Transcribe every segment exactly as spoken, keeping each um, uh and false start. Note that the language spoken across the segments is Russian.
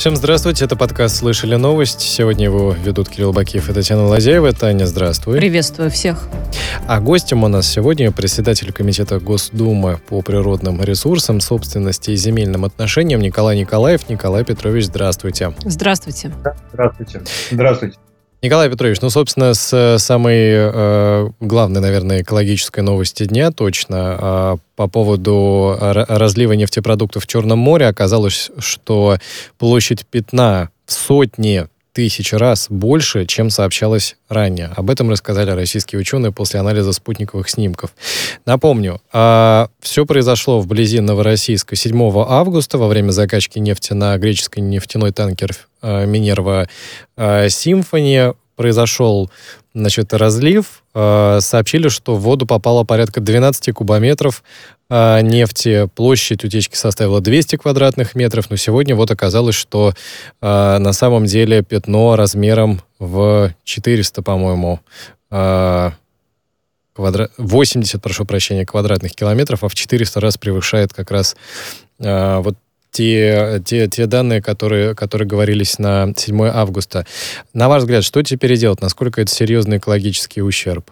Всем здравствуйте, это подкаст «Слышали новость». Сегодня его ведут Кирилл Бакиев и Татьяна Лазяева. Таня, здравствуй. Приветствую всех. А гостем у нас сегодня председатель Комитета Госдумы по природным ресурсам, собственности и земельным отношениям Николай Николаев. Николай Петрович, здравствуйте. Здравствуйте. Здравствуйте. Здравствуйте. Николай Петрович, ну, собственно, с самой э, главной, наверное, экологической новости дня точно э, по поводу разлива нефтепродуктов в Черном море оказалось, что площадь пятна в сотни тысяч раз больше, чем сообщалось ранее. Об этом рассказали российские ученые после анализа спутниковых снимков. Напомню, э, все произошло вблизи Новороссийска седьмого августа во время закачки нефти на греческий нефтяной танкер э, «Минерва э, Симфони». Произошел, значит, разлив. Э, сообщили, что в воду попало порядка двенадцать кубометров э, нефти. Площадь утечки составила двести квадратных метров. Но сегодня вот оказалось, что э, на самом деле пятно размером в четыреста, по-моему, э, квадра... восемьдесят, прошу прощения, квадратных километров, а в четыреста раз превышает как раз э, вот Те, те, те данные, которые, которые говорились на седьмого августа. На ваш взгляд, что теперь делать? Насколько это серьезный экологический ущерб?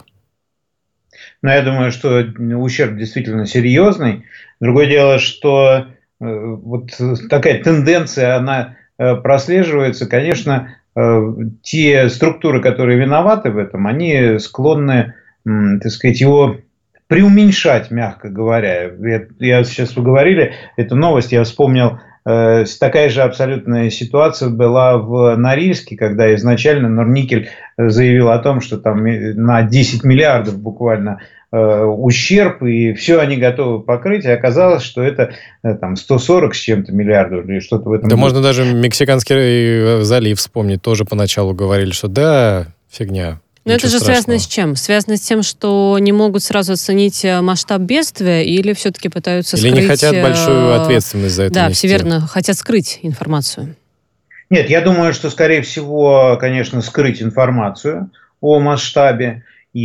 Ну, я думаю, что ущерб действительно серьезный. Другое дело, что э, вот такая тенденция, она э, прослеживается. Конечно, э, те структуры, которые виноваты в этом, они склонны, э, так сказать, его преуменьшать, мягко говоря. Я, я сейчас вы говорили эту новость, я вспомнил, э, такая же абсолютная ситуация была в Норильске, когда изначально Норникель заявил о том, что там на десять миллиардов буквально э, ущерб, и все они готовы покрыть, и оказалось, что это э, там сто сорок с чем-то миллиардов или что-то в этом. Да, можно даже Мексиканский залив вспомнить, тоже поначалу говорили, что да, фигня. Но это же страшного. Связано с чем? Связано с тем, что не могут сразу оценить масштаб бедствия, или все-таки пытаются или скрыть... Или не хотят большую ответственность за это Да, нести. все верно, хотят скрыть информацию. Нет, я думаю, что, скорее всего, конечно, скрыть информацию о масштабе.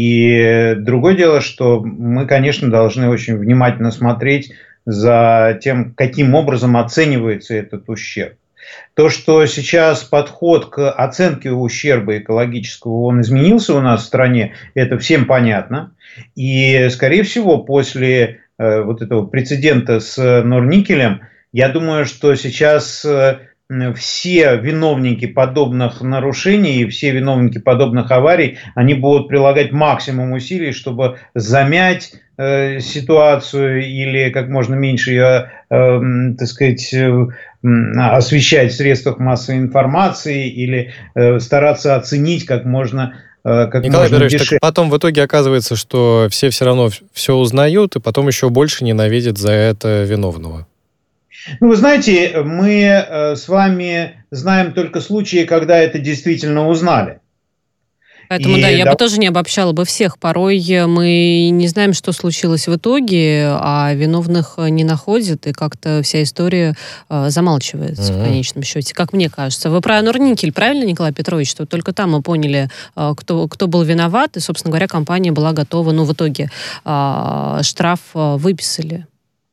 И другое дело, что мы, конечно, должны очень внимательно смотреть за тем, каким образом оценивается этот ущерб. То, что сейчас подход к оценке ущерба экологического, он изменился у нас в стране, это всем понятно. И, скорее всего, после э, вот этого прецедента с Норникелем, я думаю, что сейчас э, все виновники подобных нарушений, все виновники подобных аварий, они будут прилагать максимум усилий, чтобы замять э, ситуацию или как можно меньше ее, э, так сказать, э, освещать в средствах массовой информации или э, стараться оценить как можно э, как Николай можно Петрович, дешевле. Так потом в итоге оказывается, что все все равно все узнают, и потом еще больше ненавидят за это виновного. Ну, вы знаете, мы э, с вами знаем только случаи, когда это действительно узнали. Поэтому, и да, я да... бы тоже не обобщала бы всех. Порой мы не знаем, что случилось в итоге, а виновных не находят, и как-то вся история э, замалчивается mm-hmm. в конечном счете, как мне кажется. Вы про Норникель, правильно, Николай Петрович, что только там мы поняли, э, кто, кто был виноват, и, собственно говоря, компания была готова, ну, в итоге э, штраф э, выписали.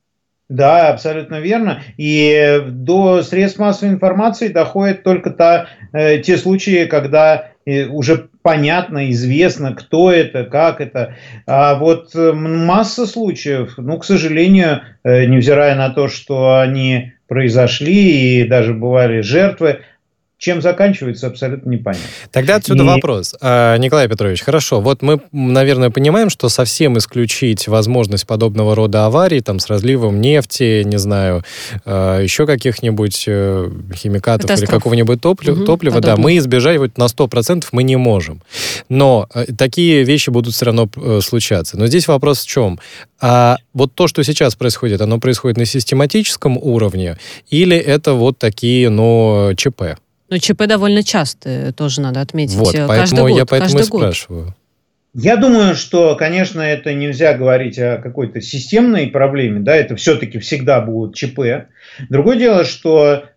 Да, абсолютно верно. И до средств массовой информации доходят только та, э, те случаи, когда э, уже понятно, известно, кто это, как это. А вот э, масса случаев, ну, к сожалению, э, невзирая на то, что они произошли и даже бывали жертвы, чем заканчивается, абсолютно непонятно. Тогда отсюда И... вопрос. А, Николай Петрович, хорошо. Вот мы, наверное, понимаем, что совсем исключить возможность подобного рода аварий, там, с разливом нефти, не знаю, э, еще каких-нибудь э, химикатов Катастроф. Или какого-нибудь топлива, угу, топлива да, мы избежать вот на сто процентов мы не можем. Но э, такие вещи будут все равно э, случаться. Но здесь вопрос в чем? А вот то, что сейчас происходит, оно происходит на систематическом уровне или это вот такие, ну, ЧП? Но ЧП довольно часто, тоже надо отметить. Вот, поэтому год, я поэтому и год. спрашиваю. Я думаю, что, конечно, это нельзя говорить о какой-то системной проблеме, да, это все-таки всегда будут ЧП. Другое дело, что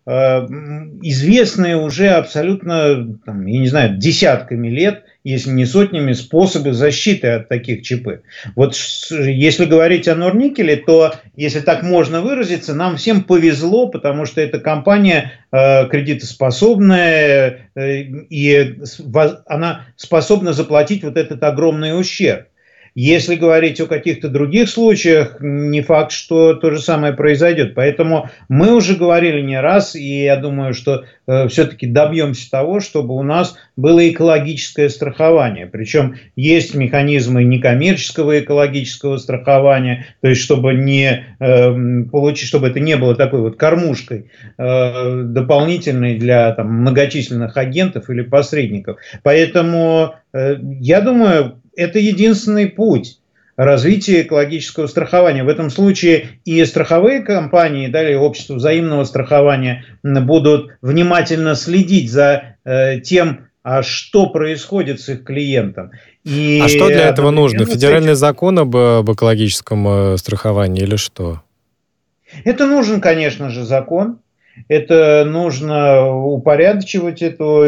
известные уже абсолютно, там, я не знаю, десятками лет, если не сотнями, способы защиты от таких ЧП. Вот если говорить о Норникеле, то, если так можно выразиться, нам всем повезло, потому что эта компания э, кредитоспособная, э, и она способна заплатить вот этот огромный ущерб. Если говорить о каких-то других случаях, не факт, что то же самое произойдет. Поэтому мы уже говорили не раз, и я думаю, что э, все-таки добьемся того, чтобы у нас было экологическое страхование. Причем есть механизмы некоммерческого экологического страхования, то есть чтобы, не, э, получить, чтобы это не было такой вот кормушкой э, дополнительной для там, многочисленных агентов или посредников. Поэтому э, я думаю, это единственный путь развития экологического страхования. В этом случае и страховые компании, далее общество взаимного страхования будут внимательно следить за э, тем, а что происходит с их клиентом. И а что для этого нужно? Федеральный закон об, об экологическом страховании или что? Это нужен, конечно же, закон. Это нужно упорядочивать это,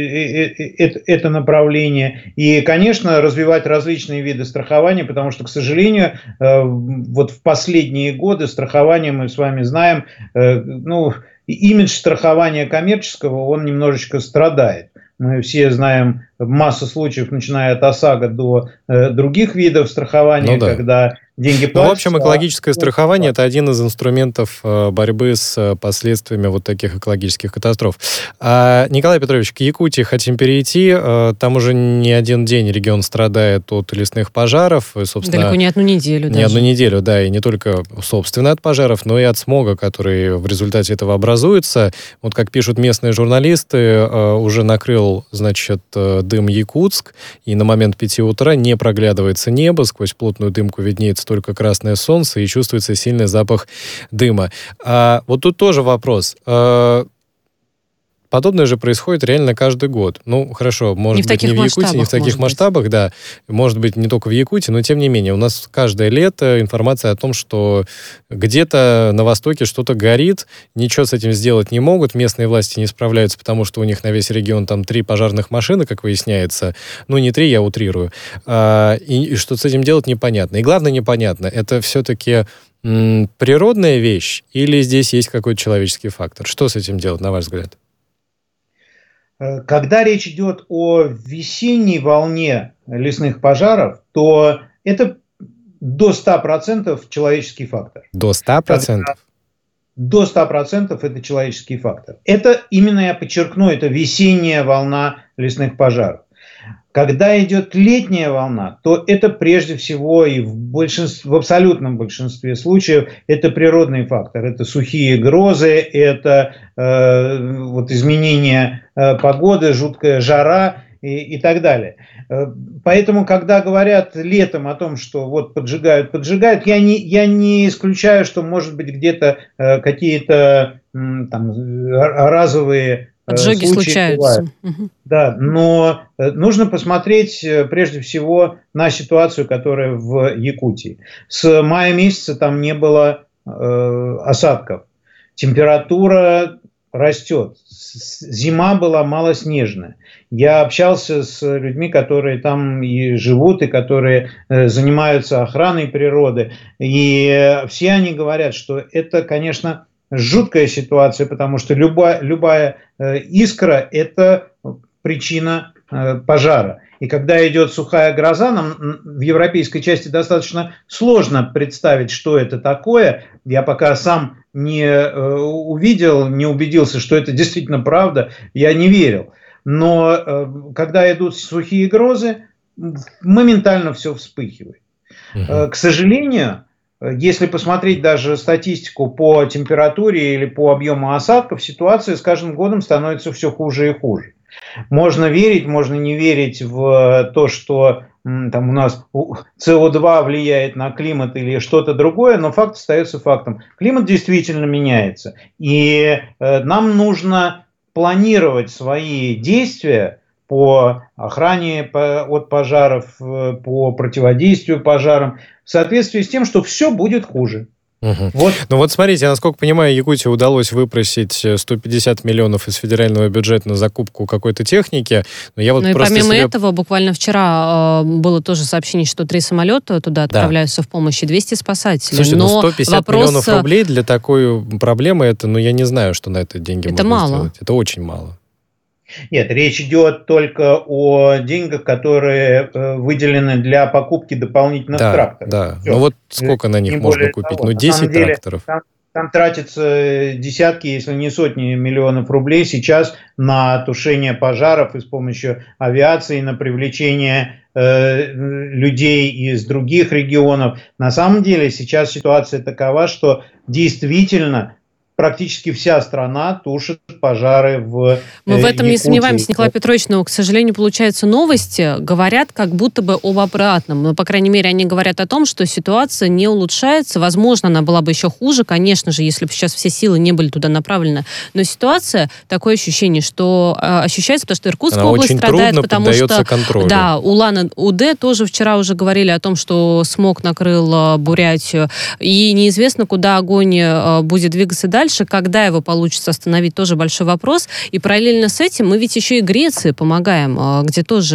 это направление и, конечно, развивать различные виды страхования, потому что, к сожалению, вот в последние годы страхование, мы с вами знаем, ну, имидж страхования коммерческого, он немножечко страдает. Мы все знаем массу случаев, начиная от ОСАГО до э, других видов страхования, ну, да. когда деньги платятся. Ну, в общем, экологическое страхование – это один из инструментов э, борьбы с последствиями вот таких экологических катастроф. А, Николай Петрович, к Якутии хотим перейти. Э, там уже не один день регион страдает от лесных пожаров. И, собственно, далеко не одну неделю Не даже. одну неделю, да, и не только, собственно, от пожаров, но и от смога, который в результате этого образуется. Вот как пишут местные журналисты, э, уже накрыл, значит, дым Якутск, и на момент пяти утра не проглядывается небо, сквозь плотную дымку виднеется только красное солнце, и чувствуется сильный запах дыма. А вот тут тоже вопрос. А, подобное же происходит реально каждый год. Ну, хорошо, может быть, не в Якутии, не в таких масштабах, да. Может быть, не только в Якутии, но тем не менее. У нас каждое лето информация о том, что где-то на востоке что-то горит, ничего с этим сделать не могут, местные власти не справляются, потому что у них на весь регион там три пожарных машины, как выясняется. Ну, не три, я утрирую. А, и, и что с этим делать, непонятно. И главное, непонятно, это все-таки м, природная вещь или здесь есть какой-то человеческий фактор? Что с этим делать, на ваш взгляд? Когда речь идет о весенней волне лесных пожаров, то это до ста процентов человеческий фактор. До ста процентов? До ста процентов это человеческий фактор. Это, именно я подчеркну, это весенняя волна лесных пожаров. Когда идет летняя волна, то это прежде всего и в, большинстве, в абсолютном большинстве случаев это природный фактор. Это сухие грозы, это э, вот изменение э, погоды, жуткая жара и, и так далее. Поэтому, когда говорят летом о том, что вот поджигают, поджигают, я не, я не исключаю, что может быть где-то э, какие-то э, там разовые поджоги случаются. Угу. Да, но нужно посмотреть прежде всего на ситуацию, которая в Якутии. С мая месяца там не было э, осадков. Температура растет. Зима была малоснежная. Я общался с людьми, которые там и живут, и которые э, занимаются охраной природы. И все они говорят, что это, конечно, жуткая ситуация, потому что любая, любая э, искра – это причина э, пожара. И когда идет сухая гроза, нам в европейской части достаточно сложно представить, что это такое. Я пока сам не э, увидел, не убедился, что это действительно правда, я не верил. Но э, когда идут сухие грозы, моментально все вспыхивает. Э, к сожалению, если посмотреть даже статистику по температуре или по объему осадков, ситуация с каждым годом становится все хуже и хуже. Можно верить, можно не верить в то, что там у нас С О два влияет на климат или что-то другое, но факт остается фактом. Климат действительно меняется. И нам нужно планировать свои действия по охране от пожаров, по противодействию пожарам, в соответствии с тем, что все будет хуже. Угу. Вот. Ну вот смотрите, насколько понимаю, Якутии удалось выпросить сто пятьдесят миллионов из федерального бюджета на закупку какой-то техники. Но я вот ну и просто помимо себе... этого, буквально вчера э, было тоже сообщение, что три самолета туда отправляются, да, в помощь, и двести спасателей. Слушайте, но ну сто пятьдесят вопрос... миллионов рублей для такой проблемы, это, ну я не знаю, что на это деньги это можно мало. сделать. Это очень мало. Нет, речь идет только о деньгах, которые э, выделены для покупки дополнительных да, тракторов. Да, Все. ну вот сколько на них не можно купить? Того. Ну десять деле, тракторов. Там, там тратятся десятки, если не сотни миллионов рублей сейчас на тушение пожаров и с помощью авиации, на привлечение э, людей из других регионов. На самом деле сейчас ситуация такова, что действительно практически вся страна тушит пожары в Мы в этом Якутии. не сомневаемся, Николай Петрович, но, к сожалению, получается, новости говорят как будто бы об обратном. Но, по крайней мере, они говорят о том, что ситуация не улучшается. Возможно, она была бы еще хуже, конечно же, если бы сейчас все силы не были туда направлены. Но ситуация, такое ощущение, что э, ощущается, потому что Иркутская она область очень страдает, трудно потому что... контролю. Да, Улан-Удэ тоже вчера уже говорили о том, что смог накрыл Бурятию. И неизвестно, куда огонь э, будет двигаться дальше. Когда его получится остановить, тоже большой вопрос. И параллельно с этим мы ведь еще и Греции помогаем, где тоже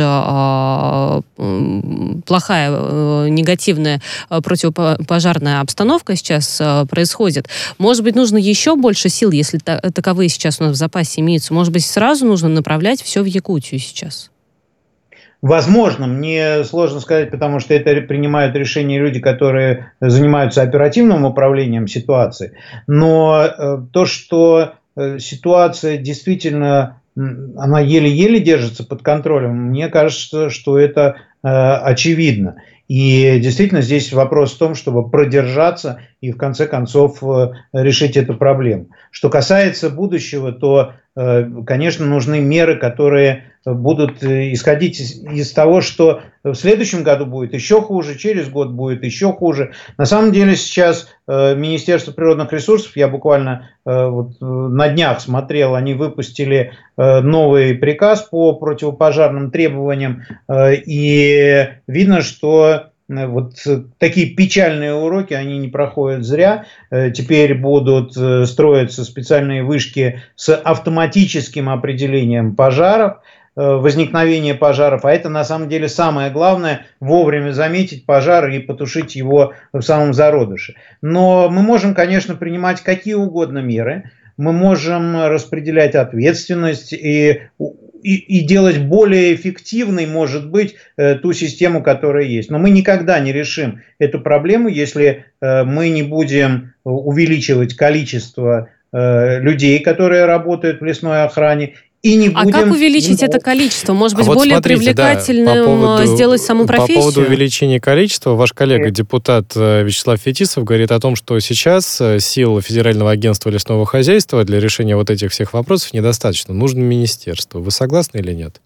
плохая, негативная противопожарная обстановка сейчас происходит. Может быть, нужно еще больше сил, если таковые сейчас у нас в запасе имеются. Может быть, сразу нужно направлять все в Якутию сейчас? Возможно, мне сложно сказать, потому что это принимают решения люди, которые занимаются оперативным управлением ситуацией. Но э, то, что э, ситуация действительно, э, она еле-еле держится под контролем, мне кажется, что это э, очевидно. И действительно здесь вопрос в том, чтобы продержаться и в конце концов э, решить эту проблему. Что касается будущего, то, э, конечно, нужны меры, которые будут исходить из, из того, что в следующем году будет еще хуже, через год будет еще хуже. На самом деле сейчас э, Министерство природных ресурсов, я буквально э, вот, на днях смотрел, они выпустили э, новый приказ по противопожарным требованиям, э, и видно, что вот такие печальные уроки, они не проходят зря. Теперь будут строиться специальные вышки с автоматическим определением пожаров, возникновения пожаров, а это на самом деле самое главное — вовремя заметить пожар и потушить его в самом зародыше. Но мы можем, конечно, принимать какие угодно меры, мы можем распределять ответственность и, и, и делать более эффективной, может быть, ту систему, которая есть. Но мы никогда не решим эту проблему, если мы не будем увеличивать количество людей, которые работают в лесной охране. И не будем... А как увеличить это количество? Может быть, а вот более смотрите, привлекательным, да, по поводу, сделать саму профессию? По поводу увеличения количества, ваш коллега, депутат Вячеслав Фетисов, говорит о том, что сейчас сил Федерального агентства лесного хозяйства для решения вот этих всех вопросов недостаточно. Нужно министерство. Вы согласны или нет?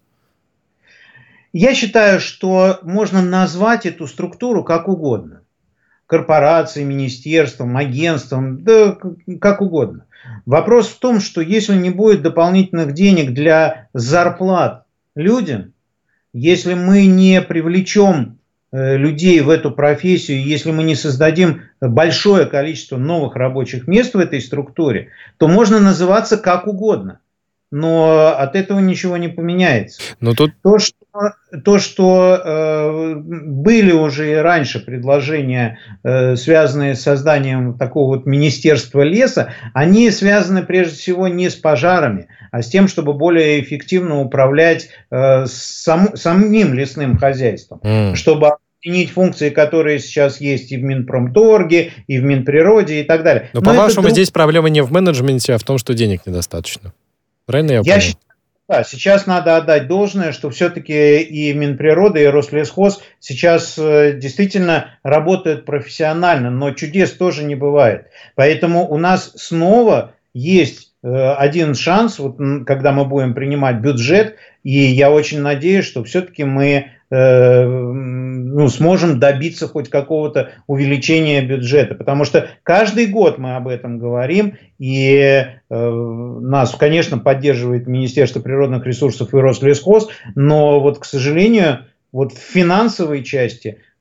Я считаю, что можно назвать эту структуру как угодно. Корпорацией, министерством, агентством, да как угодно. Вопрос в том, что если не будет дополнительных денег для зарплат людям, если мы не привлечем людей в эту профессию, если мы не создадим большое количество новых рабочих мест в этой структуре, то можно называться как угодно. Но от этого ничего не поменяется. Но тут... То, что, то, что э, были уже и раньше предложения, э, связанные с созданием такого вот министерства леса, они связаны прежде всего не с пожарами, а с тем, чтобы более эффективно управлять э, сам, самим лесным хозяйством, mm. чтобы объединить функции, которые сейчас есть и в Минпромторге, и в Минприроде, и так далее. Но, Но по-вашему, друг... здесь проблема не в менеджменте, а в том, что денег недостаточно. Правильно я, я считаю, да, сейчас надо отдать должное, что все-таки и Минприрода, и Рослесхоз сейчас э, действительно работают профессионально, но чудес тоже не бывает. Поэтому у нас снова есть э, один шанс, вот, когда мы будем принимать бюджет, и я очень надеюсь, что все-таки мы э, ну, сможем добиться хоть какого-то увеличения бюджета, потому что каждый год мы об этом говорим, и э, нас, конечно, поддерживает Министерство природных ресурсов и Рослесхоз, но вот, к сожалению, вот в финансовой части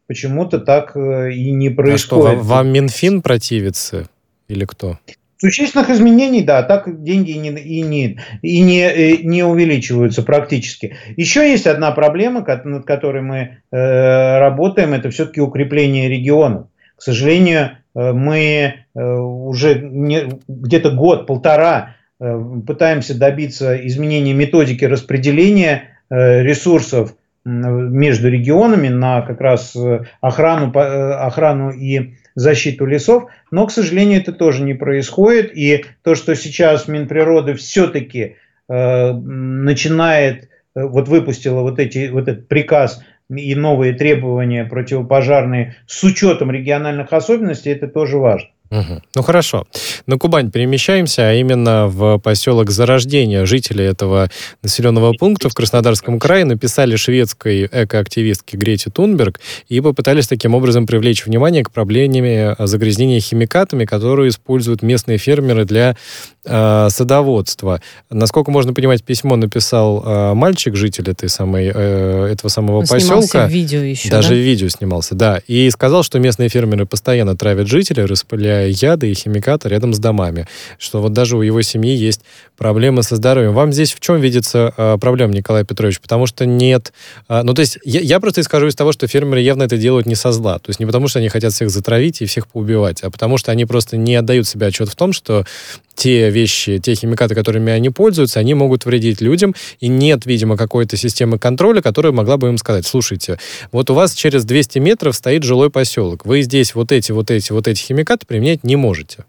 почему-то так и не происходит. А что, вам Минфин противится или кто? Существенных изменений, да, так деньги и не, и не, и не, не увеличиваются практически. Еще есть одна проблема, над которой мы э, работаем, это все-таки укрепление регионов. К сожалению, мы э, уже не, где-то год-полтора э, пытаемся добиться изменения методики распределения э, ресурсов между регионами на как раз охрану, охрану и защиту лесов, но, к сожалению, это тоже не происходит. И то, что сейчас Минприроды все-таки э, начинает, э, вот выпустила вот, эти, вот этот приказ и новые требования противопожарные с учетом региональных особенностей, это тоже важно. Угу. Ну хорошо. На Кубань перемещаемся, а именно в поселок Зарождение. Жители этого населенного пункта в Краснодарском крае написали шведской экоактивистке Грете Тунберг и попытались таким образом привлечь внимание к проблеме загрязнения химикатами, которые используют местные фермеры для э, садоводства. Насколько можно понимать, письмо написал э, мальчик, житель этой самой, э, этого самого Он поселка. Снимался в видео еще, Даже да? в видео снимался, да. И сказал, что местные фермеры постоянно травят жителей, распыляя яды и химикаты рядом с домами, что вот даже у его семьи есть проблемы со здоровьем. Вам здесь в чем видится э, проблема, Николай Петрович? Потому что нет... Э, ну, то есть я, я просто исхожу из того, что фермеры явно это делают не со зла. То есть не потому, что они хотят всех затравить и всех поубивать, а потому что они просто не отдают себе отчет в том, что те вещи, те химикаты, которыми они пользуются, они могут вредить людям, и нет, видимо, какой-то системы контроля, которая могла бы им сказать: слушайте, вот у вас через двести метров стоит жилой поселок, вы здесь вот эти, вот эти, вот эти химикаты применять не можете.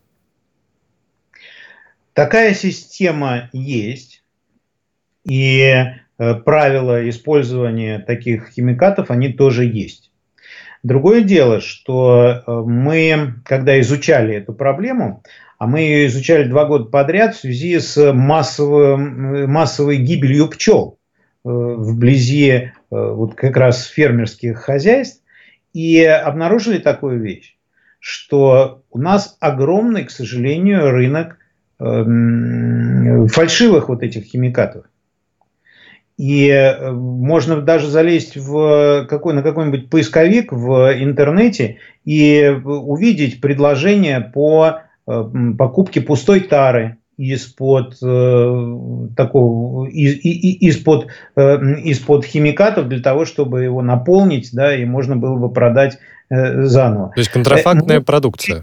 Такая система есть, и э, правила использования таких химикатов, они тоже есть. Другое дело, что мы, когда изучали эту проблему, а мы ее изучали два года подряд в связи с массовой, массовой гибелью пчел э, вблизи э, вот как раз фермерских хозяйств, и обнаружили такую вещь, что у нас огромный, к сожалению, рынок э, фальшивых вот этих химикатов. И можно даже залезть в какой, на какой-нибудь поисковик в интернете и увидеть предложение по покупке пустой тары из-под э, такого из, из-под э, из-под химикатов для того, чтобы его наполнить, да, и можно было бы продать э, заново. То есть контрафактная э, продукция.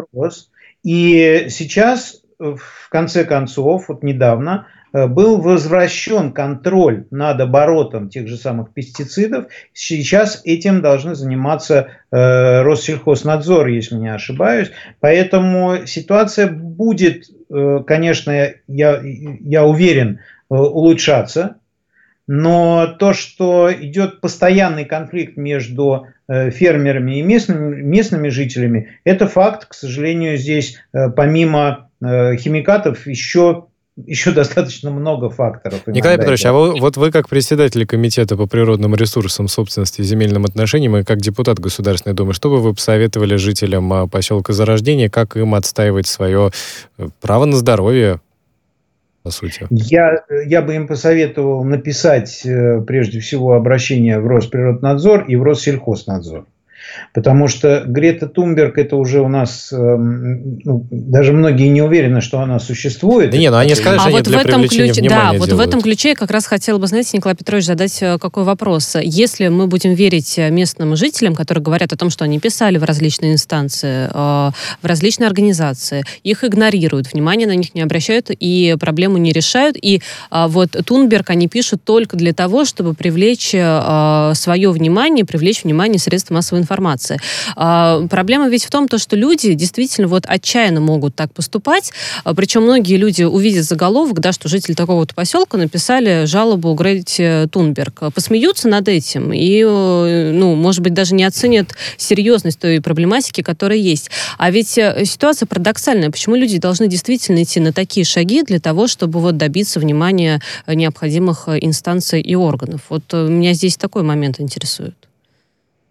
И сейчас, в конце концов, вот недавно был возвращен контроль над оборотом тех же самых пестицидов. Сейчас этим должны заниматься э, Россельхознадзор, если не ошибаюсь. Поэтому ситуация будет, э, конечно, я, я уверен, э, улучшаться. Но то, что идет постоянный конфликт между э, фермерами и местными, местными жителями, это факт. К сожалению, здесь э, помимо э, химикатов еще Еще достаточно много факторов. Николай Петрович, а вы, вот вы как председатель комитета по природным ресурсам, собственности и земельным отношениям и как депутат Государственной Думы, что бы вы посоветовали жителям поселка Зарождение, как им отстаивать свое право на здоровье, по сути? Я, я бы им посоветовал написать прежде всего обращение в Росприроднадзор и в Россельхознадзор. Потому что Грета Тунберг, это уже у нас, э, ну, даже многие не уверены, что она существует. Да нет, ну они сказали, что а они вот для в этом привлечения ключе, внимания Да, вот делают. в этом ключе я как раз хотела бы, знаете, Николай Петрович, задать какой вопрос. Если мы будем верить местным жителям, которые говорят о том, что они писали в различные инстанции, в различные организации, их игнорируют, внимания на них не обращают и проблему не решают, и вот Тунберг они пишут только для того, чтобы привлечь свое внимание, привлечь внимание средств массовой информации. А, проблема ведь в том, то, что люди действительно вот отчаянно могут так поступать, а, причем многие люди увидят заголовок, да, что жители такого-то поселка написали жалобу Грете Тунберг, посмеются над этим и, ну, может быть, даже не оценят серьезность той проблематики, которая есть. А ведь ситуация парадоксальная. Почему люди должны действительно идти на такие шаги для того, чтобы вот добиться внимания необходимых инстанций и органов? Вот меня здесь такой момент интересует.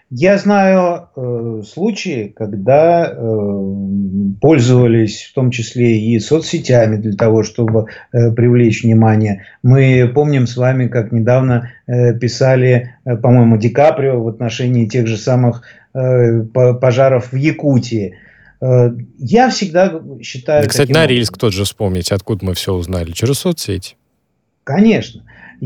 Я знаю э, случаи, когда э, пользовались в том числе и соцсетями для того, чтобы э, привлечь внимание. Мы помним с вами, как недавно э, писали, э, по-моему, Ди Каприо в отношении тех же самых э, пожаров в Якутии. Э, я всегда считаю... Да, кстати, Норильск тот же вспомнить, откуда мы все узнали, через соцсети. Конечно.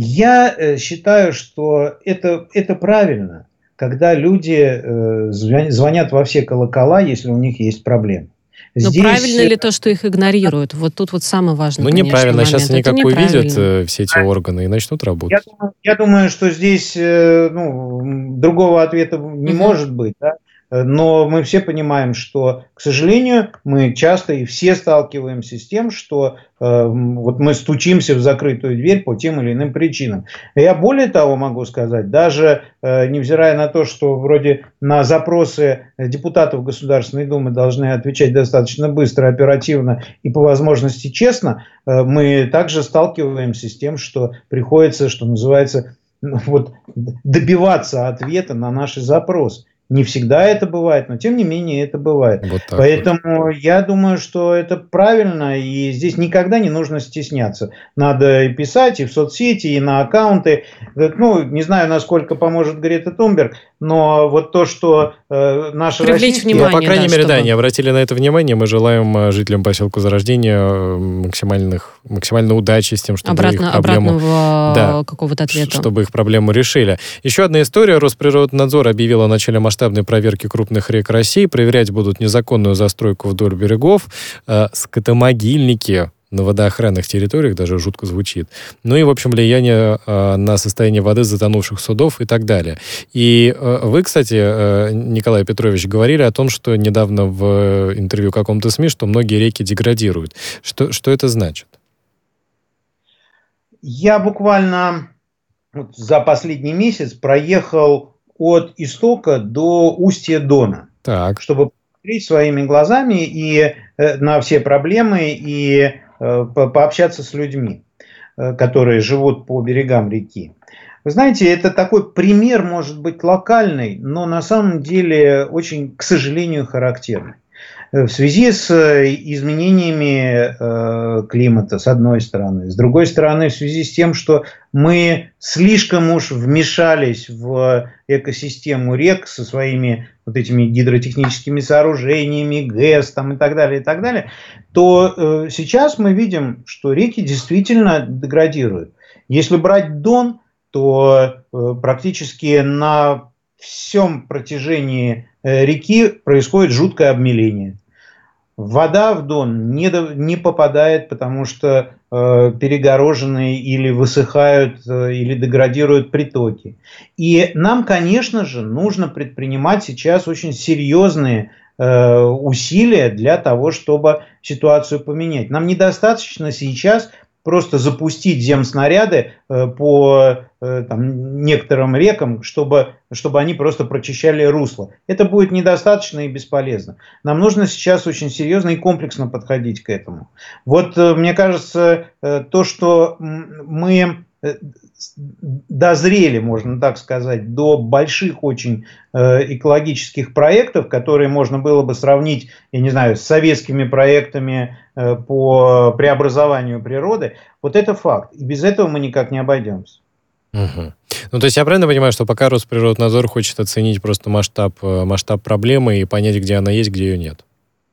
Я э, считаю, что это, это правильно, когда люди э, звонят во все колокола, если у них есть проблемы. Но Здесь... правильно ли то, что их игнорируют? Вот тут вот самый важный, Ну, неправильно. Момент. Сейчас они как увидят э, все эти органы и начнут работать. Я думаю, я думаю что здесь э, ну, другого ответа не uh-huh. может быть, да? Но мы все понимаем, что, к сожалению, мы часто и все сталкиваемся с тем, что э, вот мы стучимся в закрытую дверь по тем или иным причинам. Я более того могу сказать, даже э, невзирая на то, что вроде на запросы депутатов Государственной Думы должны отвечать достаточно быстро, оперативно и по возможности честно, э, мы также сталкиваемся с тем, что приходится, что называется, вот, добиваться ответа на наши запросы. Не всегда это бывает, но тем не менее это бывает. Вот Поэтому вот. я думаю, что это правильно, и здесь никогда не нужно стесняться. Надо и писать и в соцсети, и на аккаунты. Ну, не знаю, насколько поможет Грета Тунберг, но вот то, что э, наши Привлечь российские... внимание, ну, по крайней да, мере, чтобы... да, не обратили на это внимание. Мы желаем жителям поселка Зарождения максимальных, максимальной удачи с тем, чтобы Обратно, их проблему... Обратного да, какого-то ответа. Чтобы их проблему решили. Еще одна история. Росприроднадзор объявил о начале масштабной проверки крупных рек России. Проверять будут незаконную застройку вдоль берегов, э, скотомогильники на водоохранных территориях, даже жутко звучит. Ну и, в общем, влияние э, на состояние воды затонувших судов и так далее. И э, вы, кстати, э, Николай Петрович, говорили о том, что недавно в интервью каком-то СМИ, что многие реки деградируют. Что, что это значит? Я буквально вот за последний месяц проехал от истока до устья Дона, так. чтобы посмотреть своими глазами и э, на все проблемы и э, по пообщаться с людьми, э, которые живут по берегам реки. Вы знаете, это такой пример, может быть, локальный, но на самом деле очень, к сожалению, характерный. В связи с изменениями э, климата, с одной стороны. С другой стороны, в связи с тем, что мы слишком уж вмешались в экосистему рек со своими вот этими гидротехническими сооружениями, ГЭС там, и так далее, и так далее, то э, сейчас мы видим, что реки действительно деградируют. Если брать Дон, то э, практически на всем протяжении э, реки происходит жуткое обмеление. Вода в Дон не, до, не попадает, потому что э, перегорожены или высыхают, э, или деградируют притоки. И нам, конечно же, нужно предпринимать сейчас очень серьезные э, усилия для того, чтобы ситуацию поменять. Нам недостаточно сейчас просто запустить земснаряды э, по э, там, некоторым рекам, чтобы, чтобы они просто прочищали русло. Это будет недостаточно и бесполезно. Нам нужно сейчас очень серьезно и комплексно подходить к этому. Вот э, мне кажется, э, то, что мы э, дозрели, можно так сказать, до больших очень э, экологических проектов, которые можно было бы сравнить, я не знаю, с советскими проектами э, по преобразованию природы, вот это факт. И без этого мы никак не обойдемся. Угу. Ну, то есть я правильно понимаю, что пока Росприроднадзор хочет оценить просто масштаб, масштаб проблемы и понять, где она есть, где ее нет?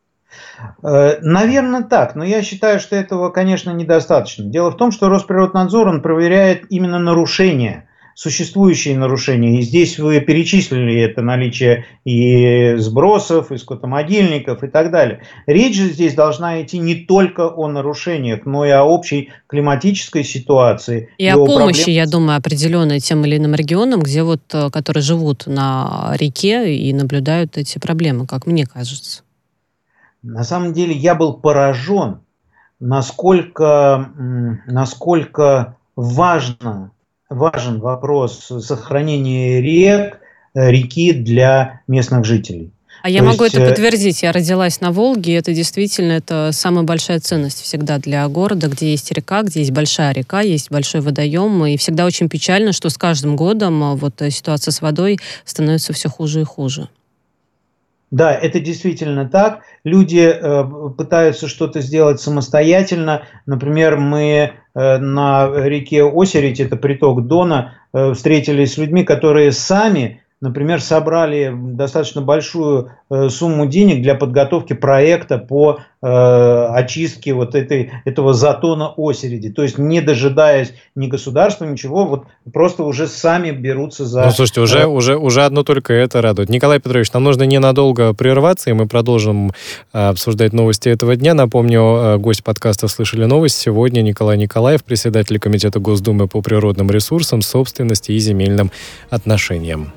Наверное, так, но я считаю, что этого, конечно, недостаточно. Дело в том, что Росприроднадзор, он проверяет именно нарушения, существующие нарушения. И здесь вы перечислили это наличие и сбросов, и скотомогильников, и так далее. Речь же здесь должна идти не только о нарушениях, но и о общей климатической ситуации. И, и о помощи, проблем... я думаю, определенной тем или иным регионам, где вот, которые живут на реке и наблюдают эти проблемы, как мне кажется. На самом деле я был поражен, насколько, насколько важно, важен вопрос сохранения рек, реки для местных жителей. А я могу это подтвердить. Я родилась на Волге, и это действительно это самая большая ценность всегда для города, где есть река, где есть большая река, есть большой водоем. И всегда очень печально, что с каждым годом вот ситуация с водой становится все хуже и хуже. Да, это действительно так. Люди э, пытаются что-то сделать самостоятельно. Например, мы э, на реке Осерить, это приток Дона, э, встретились с людьми, которые сами, например, собрали достаточно большую э, сумму денег для подготовки проекта по э, очистке вот этой, этого затона Осериди. То есть не дожидаясь ни государства, ничего, вот просто уже сами берутся за... Ну, слушайте, уже, уже, уже одно только это радует. Николай Петрович, нам нужно ненадолго прерваться, и мы продолжим э, обсуждать новости этого дня. Напомню, э, гость подкаста «Слышали новость» сегодня Николай Николаев, председатель Комитета Госдумы по природным ресурсам, собственности и земельным отношениям.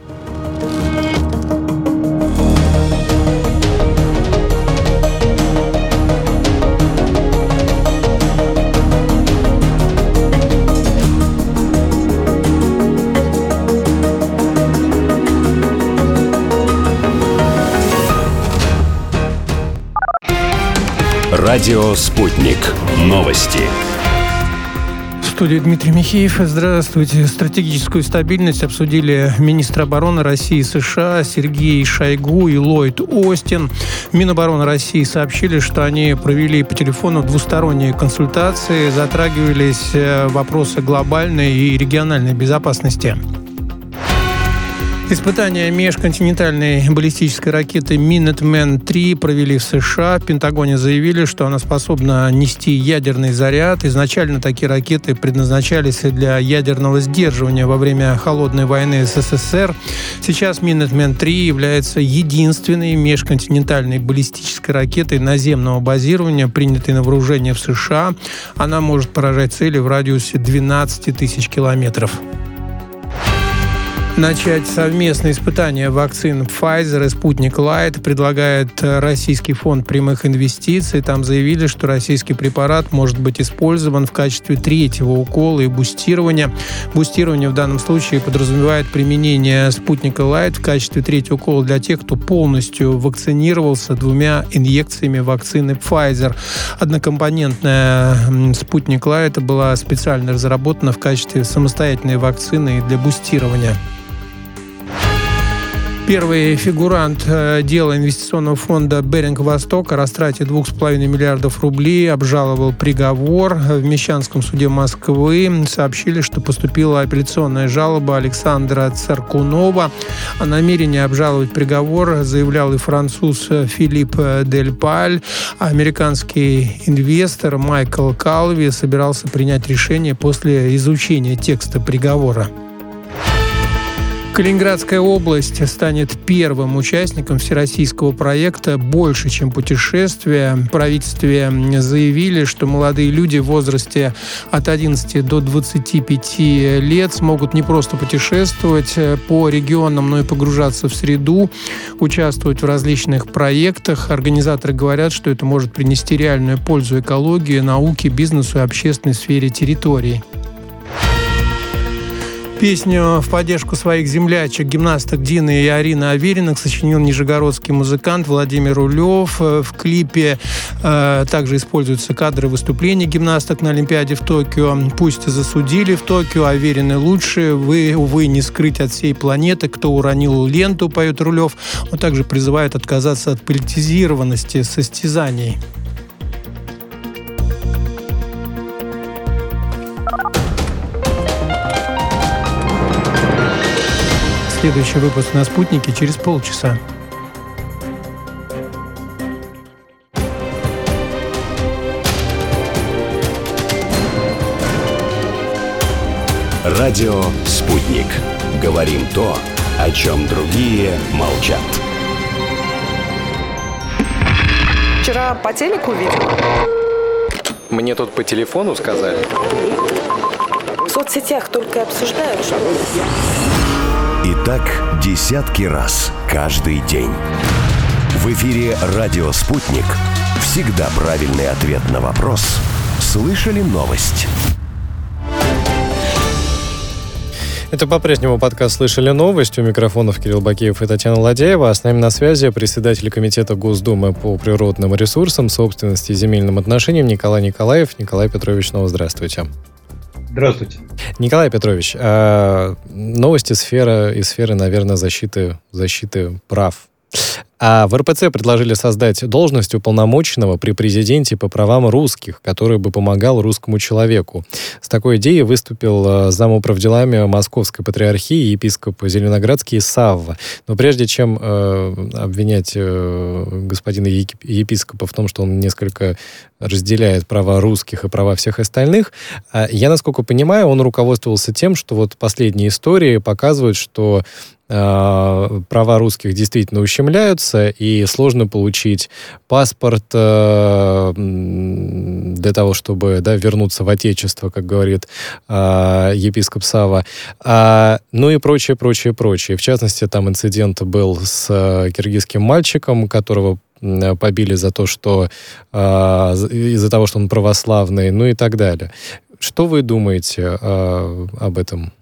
Радио «Спутник». Новости. В студии Дмитрий Михеев. Здравствуйте. Стратегическую стабильность обсудили министры обороны России и США Сергей Шойгу и Ллойд Остин. Минобороны России сообщили, что они провели по телефону двусторонние консультации, затрагивались вопросы глобальной и региональной безопасности. Испытания межконтинентальной баллистической ракеты Минутмен три провели в США. В Пентагоне заявили, что она способна нести ядерный заряд. Изначально такие ракеты предназначались для ядерного сдерживания во время Холодной войны СССР. Сейчас Минутмен три является единственной межконтинентальной баллистической ракетой наземного базирования, принятой на вооружение в США. Она может поражать цели в радиусе двенадцать тысяч километров. Начать совместные испытания вакцин Pfizer и Sputnik Light предлагает Российский фонд прямых инвестиций. Там заявили, что российский препарат может быть использован в качестве третьего укола и бустирования. Бустирование в данном случае подразумевает применение Sputnik Light в качестве третьего укола для тех, кто полностью вакцинировался двумя инъекциями вакцины Pfizer. Однокомпонентная Sputnik Light была специально разработана в качестве самостоятельной вакцины для бустирования. Первый фигурант дела инвестиционного фонда «Беринг Восток» о растрате двух с половиной миллиардов рублей обжаловал приговор. В Мещанском суде Москвы сообщили, что поступила апелляционная жалоба Александра Царкунова. О намерении обжаловать приговор заявлял и француз Филипп Дель Паль. Американский инвестор Майкл Калви собирался принять решение после изучения текста приговора. Калининградская область станет первым участником всероссийского проекта «Больше, чем путешествие». В правительстве заявили, что молодые люди в возрасте от одиннадцати до двадцати пяти лет смогут не просто путешествовать по регионам, но и погружаться в среду, участвовать в различных проектах. Организаторы говорят, что это может принести реальную пользу экологии, науке, бизнесу и общественной сфере территорий. Песню в поддержку своих землячек, гимнасток Дины и Арины Авериных сочинил нижегородский музыкант Владимир Улев. В клипе э, также используются кадры выступлений гимнасток на Олимпиаде в Токио. «Пусть засудили в Токио, Аверины лучше. Вы, увы, не скрыть от всей планеты. Кто уронил ленту», поет Рулев. Он также призывает отказаться от политизированности состязаний. Следующий выпуск на «Спутнике» через полчаса. Радио «Спутник». Говорим то, о чем другие молчат. Вчера по телеку видел. Мне тут по телефону сказали. В соцсетях только обсуждают, что... И так десятки раз каждый день. В эфире «Радио Спутник». Всегда правильный ответ на вопрос. Слышали новость? Это по-прежнему подкаст «Слышали новость». У микрофонов Кирилл Бакеев и Татьяна Ладяева. А с нами на связи председатель Комитета Госдумы по природным ресурсам, собственности и земельным отношениям Николай Николаев. Николай Петрович, снова здравствуйте. Здравствуйте. Николай Петрович, а новости сфера, из сферы, наверное, защиты, защиты прав. А в эр пэ цэ предложили создать должность уполномоченного при президенте по правам русских, который бы помогал русскому человеку. С такой идеей выступил замуправделами Московской патриархии епископ Зеленоградский Савва. Но прежде чем э, обвинять э, господина епископа в том, что он несколько разделяет права русских и права всех остальных, э, я, насколько понимаю, он руководствовался тем, что вот последние истории показывают, что права русских действительно ущемляются, и сложно получить паспорт э, для того, чтобы да, вернуться в Отечество, как говорит э, епископ Савва. А, ну и прочее, прочее, прочее. В частности, там инцидент был с э, киргизским мальчиком, которого побили за то, что э, из-за того, что он православный, ну и так далее. Что вы думаете э, об этом?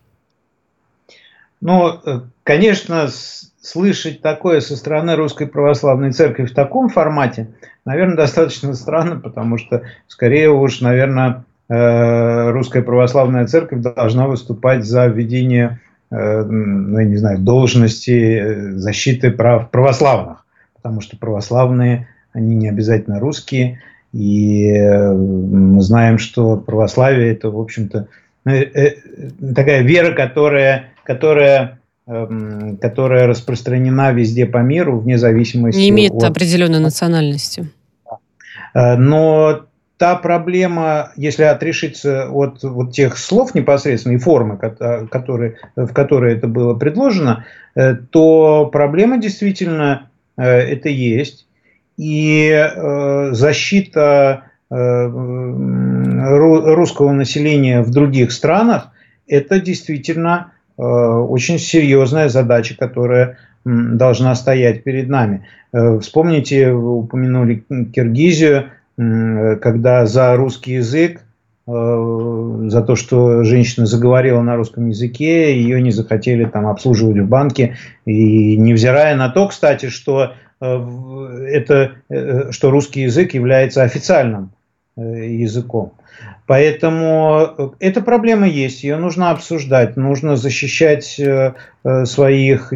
Ну, конечно, слышать такое со стороны Русской Православной Церкви в таком формате, наверное, достаточно странно, потому что, скорее уж, наверное, Русская Православная Церковь должна выступать за введение, ну, я не знаю, должности защиты прав православных, потому что православные, они не обязательно русские, и мы знаем, что православие – это, в общем-то, такая вера, которая, которая, которая распространена везде по миру, вне зависимости не имеет от... определенной национальности. Но та проблема, если отрешиться от вот тех слов непосредственно и формы, которые, в которые это было предложено, то проблема действительно это есть. И защита русского населения в других странах – это действительно э, очень серьезная задача, которая м, должна стоять перед нами. Э, вспомните, вы упомянули Киргизию, э, когда за русский язык, э, за то, что женщина заговорила на русском языке, ее не захотели там обслуживать в банке, и невзирая на то, кстати, что, э, это, э, что русский язык является официальным языком. Поэтому эта проблема есть, ее нужно обсуждать, нужно защищать своих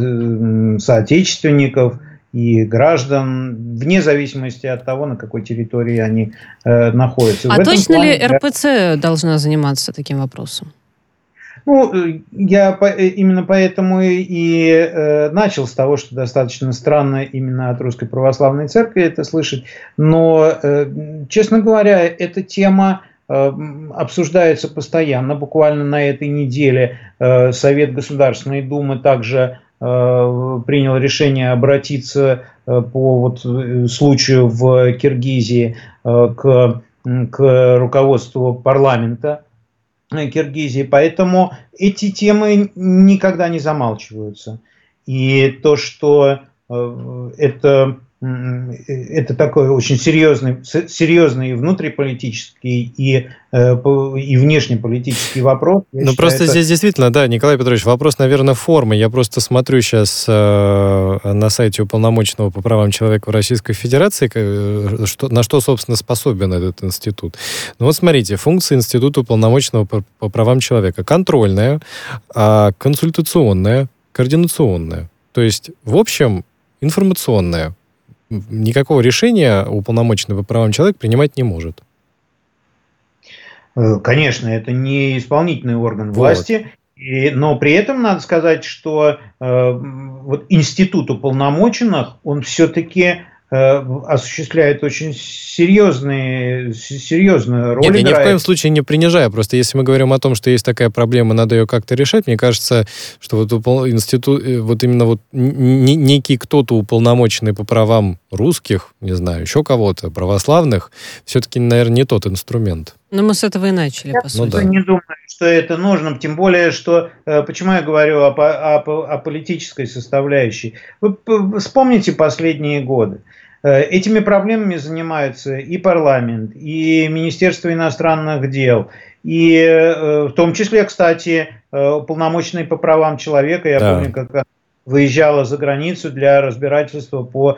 и соотечественников, и граждан, вне зависимости от того, на какой территории они находятся. А точно плане, ли эр пэ цэ должна заниматься таким вопросом? Ну, я именно поэтому и э, начал с того, что достаточно странно именно от Русской Православной Церкви это слышать. Но, э, честно говоря, эта тема э, обсуждается постоянно. Буквально на этой неделе э, Совет Государственной Думы также э, принял решение обратиться э, по вот, случаю в Киргизии э, к, к руководству парламента Киргизии, поэтому эти темы никогда не замалчиваются. И то, что э, это, это такой очень серьезный, серьезный и внутриполитический, и, э, и внешнеполитический вопрос. Ну, считаю, просто это... здесь действительно, да, Николай Петрович, вопрос, наверное, формы. Я просто смотрю сейчас э, на сайте уполномоченного по правам человека в Российской Федерации, э, что, на что, собственно, способен этот институт. Ну, вот смотрите, функции института уполномоченного по, по правам человека. Контрольная, э, консультационная, координационная. То есть, в общем, информационная. Никакого решения уполномоченный по правам человека принимать не может. Конечно, это не исполнительный орган власти, вот. и, но при этом надо сказать, что э, вот институт уполномоченных, он все-таки э, осуществляет очень серьезные, серьезную роль. Нет, играет. я ни в коем случае не принижаю. Просто если мы говорим о том, что есть такая проблема, надо ее как-то решать, мне кажется, что вот институт, вот именно вот некий кто-то уполномоченный по правам русских, не знаю, еще кого-то, православных, все-таки, наверное, не тот инструмент. Но мы с этого и начали, я по сути. Я ну, да. не думаю, что это нужно, тем более, что, почему я говорю о, о, о политической составляющей. Вы вспомните последние годы. Этими проблемами занимаются и парламент, и Министерство иностранных дел, и в том числе, кстати, уполномоченной по правам человека. Я Да. помню, как выезжала за границу для разбирательства по,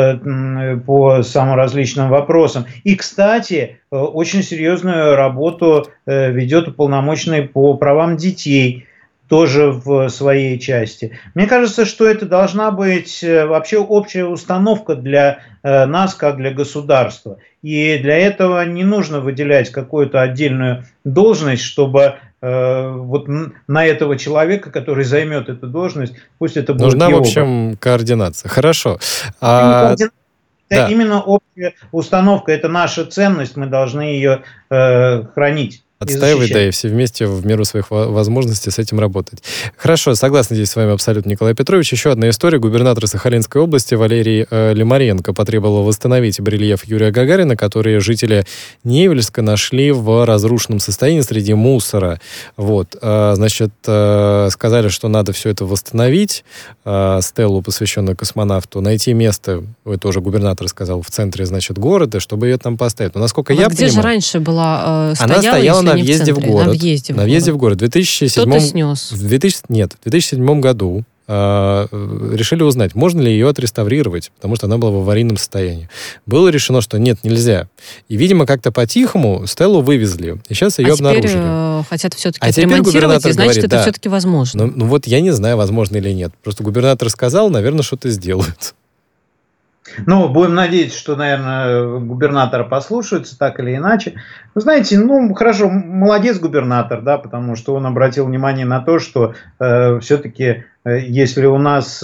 по самым различным вопросам. И, кстати, очень серьезную работу ведет уполномоченный по правам детей, тоже в своей части. Мне кажется, что это должна быть вообще общая установка для нас, как для государства. И для этого не нужно выделять какую-то отдельную должность, чтобы э, вот на этого человека, который займет эту должность, пусть это будет Нужна, его. в общем, координация. Хорошо. А, Это да. именно общая установка, это наша ценность, мы должны ее э, хранить. Отстаивать, да, и все вместе в меру своих возможностей с этим работать. Хорошо, согласен здесь с вами абсолютно, Николай Петрович. Еще одна история. Губернатор Сахалинской области Валерий э, Лимаренко потребовал восстановить барельеф Юрия Гагарина, который жители Невельска нашли в разрушенном состоянии среди мусора. Вот. Э, значит, э, сказали, что надо все это восстановить. Э, стелу, посвященную космонавту, найти место, это уже губернатор сказал, в центре, значит, города, чтобы ее там поставить. Но насколько а я где понимаю... же раньше была, э, стояла, она стояла на в въезде в, в город. На въезде в на город. въезде в город. В две тысячи седьмом... Кто-то снес. В двухтысячном... Нет, в две тысячи седьмом году э, решили узнать, можно ли ее отреставрировать, потому что она была в аварийном состоянии. Было решено, что нет, нельзя. И, видимо, как-то по-тихому стелу вывезли. И сейчас ее а обнаружили. теперь э, хотят все-таки а отремонтировать, и значит, говорит, это да. все-таки возможно. Ну, ну вот я не знаю, возможно или нет. Просто губернатор сказал, наверное, что-то сделают. Ну, будем надеяться, что, наверное, губернатора послушаются, так или иначе. Вы знаете, ну, хорошо, молодец губернатор, да, потому что он обратил внимание на то, что э, все-таки, э, если у нас э,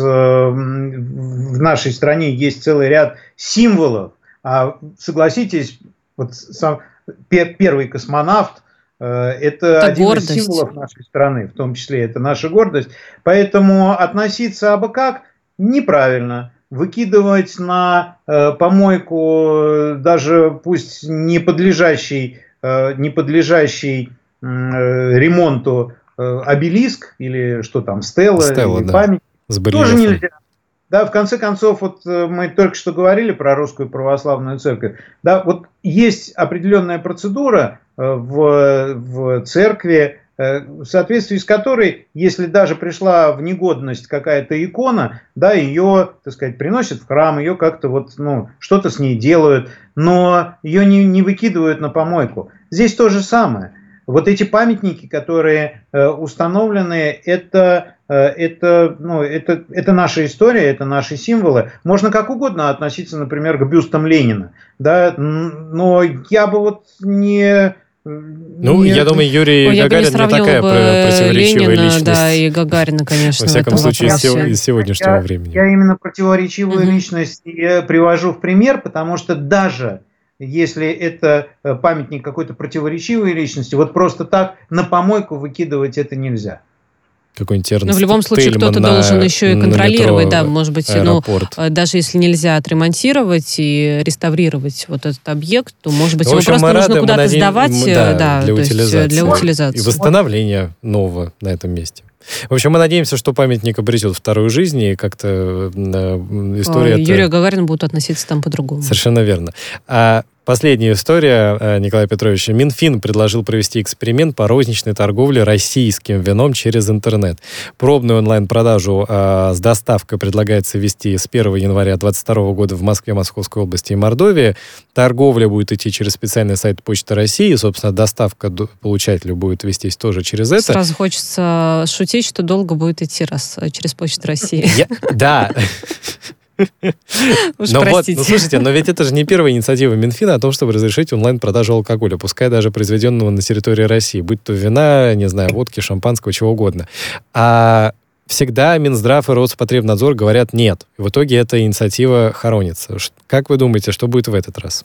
в нашей стране есть целый ряд символов, а согласитесь, вот сам пер, первый космонавт, э, это, это один гордость. Из символов нашей страны, в том числе это наша гордость, поэтому относиться абы как неправильно. Выкидывать на э, помойку даже пусть не подлежащий, э, не подлежащий э, ремонту э, обелиск или что там, стела, стела или да. память, с тоже нельзя. Да, в конце концов, вот мы только что говорили про Русскую Православную Церковь. Да, вот есть определенная процедура в, в церкви, в соответствии с которой, если даже пришла в негодность какая-то икона, да, ее, так сказать, приносят в храм, ее как-то вот, ну, что-то с ней делают, но ее не, не выкидывают на помойку. Здесь то же самое. Вот эти памятники, которые э, установлены, это, э, это, ну, это, это наша история, это наши символы. Можно как угодно относиться, например, к бюстам Ленина, да, но я бы вот не... Ну, Нет. я думаю, Юрий Ой, Гагарин не такая противоречивая Ленина, личность. Да, и Гагарина, конечно. Во всяком случае, из, из сегодняшнего я, времени. Я именно противоречивую угу. личность привожу в пример, потому что даже если это памятник какой-то противоречивой личности, вот просто так на помойку выкидывать это нельзя. Какой-нибудь Эрнст Но в любом случае Тельман кто-то на, должен еще и контролировать, метро, да, может быть, аэропорт. ну, даже если нельзя отремонтировать и реставрировать вот этот объект, то, может быть, в его общем, просто нужно надеем, куда-то надеем, сдавать мы, да, да, для, утилизации. Есть, для утилизации. И восстановления нового на этом месте. В общем, мы надеемся, что памятник обретет вторую жизнь, и как-то э, история... А, Юрия Гагарина будут относиться там по-другому. Совершенно верно. А последняя история, Николай Петрович. Минфин предложил провести эксперимент по розничной торговле российским вином через интернет. Пробную онлайн-продажу а, с доставкой предлагается вести с первого января две тысячи двадцать второго года в Москве, Московской области и Мордовии. Торговля будет идти через специальный сайт Почты России. Собственно, доставка получателю будет вестись тоже через это. Сразу хочется шутить, что долго будет идти раз через Почту России. Я, да. Уж но простите. Вот, ну, слушайте, но ведь это же не первая инициатива Минфина о том, чтобы разрешить онлайн-продажу алкоголя, пускай даже произведенного на территории России, будь то вина, не знаю, водки, шампанского, чего угодно. А всегда Минздрав и Роспотребнадзор говорят нет. И в итоге эта инициатива хоронится. Как вы думаете, что будет в этот раз?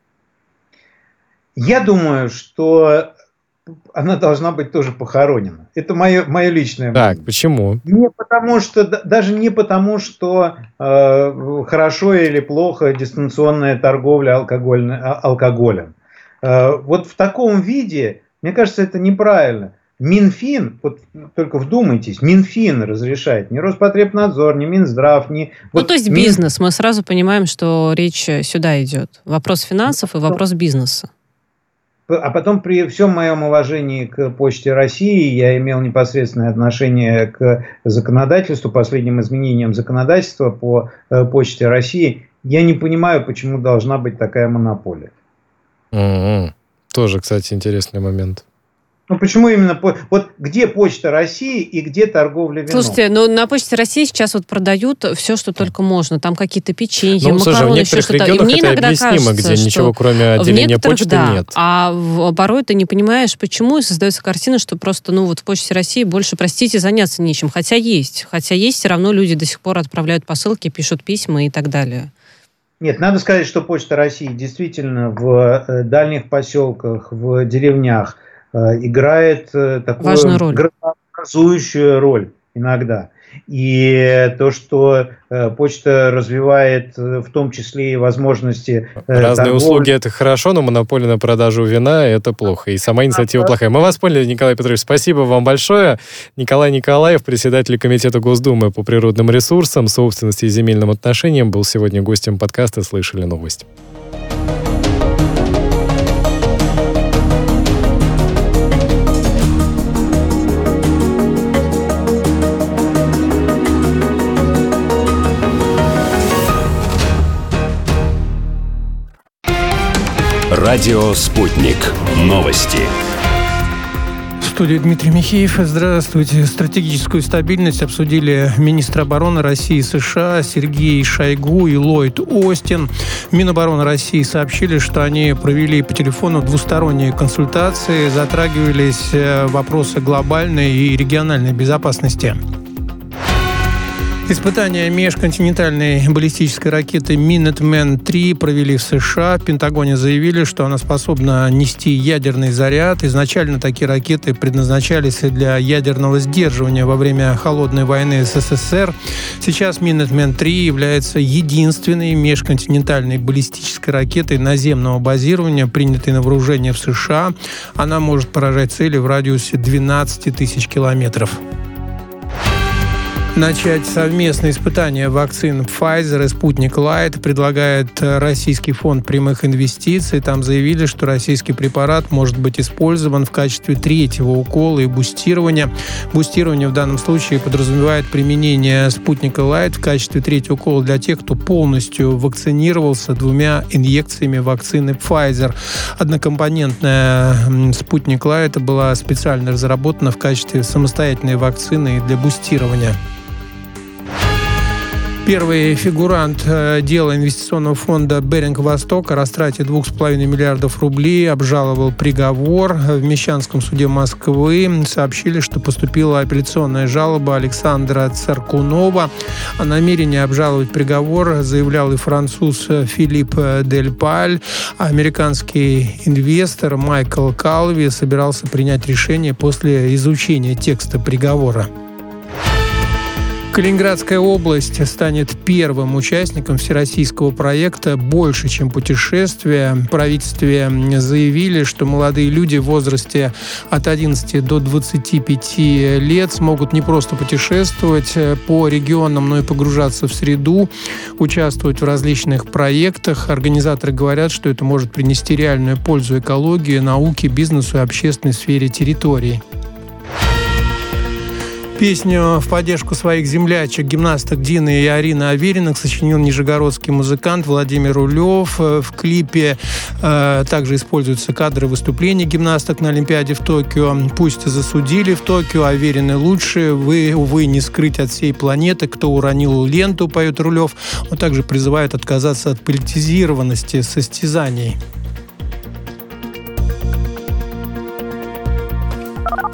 Я думаю, что она должна быть тоже похоронена. Это мое, мое личное мнение. Так, почему? Не потому что, даже не потому, что э, хорошо или плохо дистанционная торговля алкоголем. Э, вот в таком виде, мне кажется, это неправильно. Минфин, вот только вдумайтесь, Минфин разрешает, не Роспотребнадзор, не Минздрав, не... Ну, вот то есть Мин... бизнес. Мы сразу понимаем, что речь сюда идет. Вопрос финансов и вопрос бизнеса. а потом при всем моем уважении к Почте России, я имел непосредственное отношение к законодательству, последним изменениям законодательства по Почте России. Я не понимаю, почему должна быть такая монополия. Mm-hmm. Тоже, кстати, интересный момент. Ну, почему именно... Вот где Почта России и где торговля вином? Слушайте, ну на Почте России сейчас вот продают все, что только можно. Там какие-то печенья, ну, макароны, слушай, в еще некоторых что-то. регионах И мне это иногда объяснимо, кажется, где ничего кроме отделения почты да, нет. А в, порой ты не понимаешь, почему, и создается картина, что просто, ну вот в Почте России больше, простите, заняться нечем. Хотя есть. Хотя есть, все равно люди до сих пор отправляют посылки, пишут письма и так далее. Нет, надо сказать, что Почта России действительно в дальних поселках, в деревнях играет такую градообразующую роль иногда. И то, что почта развивает в том числе и возможности... Разные торговли. Услуги – это хорошо, но монополия на продажу вина – это плохо. И сама инициатива плохая. Мы вас поняли, Николай Петрович. Спасибо вам большое. Николай Николаев, председатель Комитета Госдумы по природным ресурсам, собственности и земельным отношениям, был сегодня гостем подкаста «Слышали новость». Радио «Спутник». Новости. В студии Дмитрий Михеев. Здравствуйте. Стратегическую стабильность обсудили министр обороны России и США Сергей Шойгу и Ллойд Остин. Минобороны России сообщили, что они провели по телефону двусторонние консультации, затрагивались вопросы глобальной и региональной безопасности. Испытания межконтинентальной баллистической ракеты Минутмен три провели в США. В Пентагоне заявили, что она способна нести ядерный заряд. Изначально такие ракеты предназначались для ядерного сдерживания во время Холодной войны СССР. Сейчас Минутмен три является единственной межконтинентальной баллистической ракетой наземного базирования, принятой на вооружение в США. Она может поражать цели в радиусе двенадцать тысяч километров. Начать совместные испытания вакцин Pfizer и Sputnik Light предлагает Российский фонд прямых инвестиций. Там заявили, что российский препарат может быть использован в качестве третьего укола и бустирования. Бустирование в данном случае подразумевает применение Sputnik Light в качестве третьего укола для тех, кто полностью вакцинировался двумя инъекциями вакцины Pfizer. Однокомпонентная Sputnik Light была специально разработана в качестве самостоятельной вакцины для бустирования. Первый фигурант дела инвестиционного фонда «Беринг Восток» о растрате двух с половиной миллиардов рублей обжаловал приговор. В Мещанском суде Москвы сообщили, что поступила апелляционная жалоба Александра Царкунова. О намерении обжаловать приговор заявлял и француз Филипп Дель Паль. А американский инвестор Майкл Калви собирался принять решение после изучения текста приговора. Калининградская область станет первым участником всероссийского проекта «Больше, чем путешествие». В правительстве заявили, что молодые люди в возрасте от одиннадцати до двадцати пяти лет смогут не просто путешествовать по регионам, но и погружаться в среду, участвовать в различных проектах. Организаторы говорят, что это может принести реальную пользу экологии, науке, бизнесу и общественной сфере территорий. Песню в поддержку своих землячек, гимнасток Дины и Арины Авериных сочинил нижегородский музыкант Владимир Улев. В клипе э, также используются кадры выступлений гимнасток на Олимпиаде в Токио. «Пусть засудили в Токио, Аверины лучше. Вы, увы, не скрыть от всей планеты. Кто уронил ленту», поет Рулев. Он также призывает отказаться от политизированности состязаний.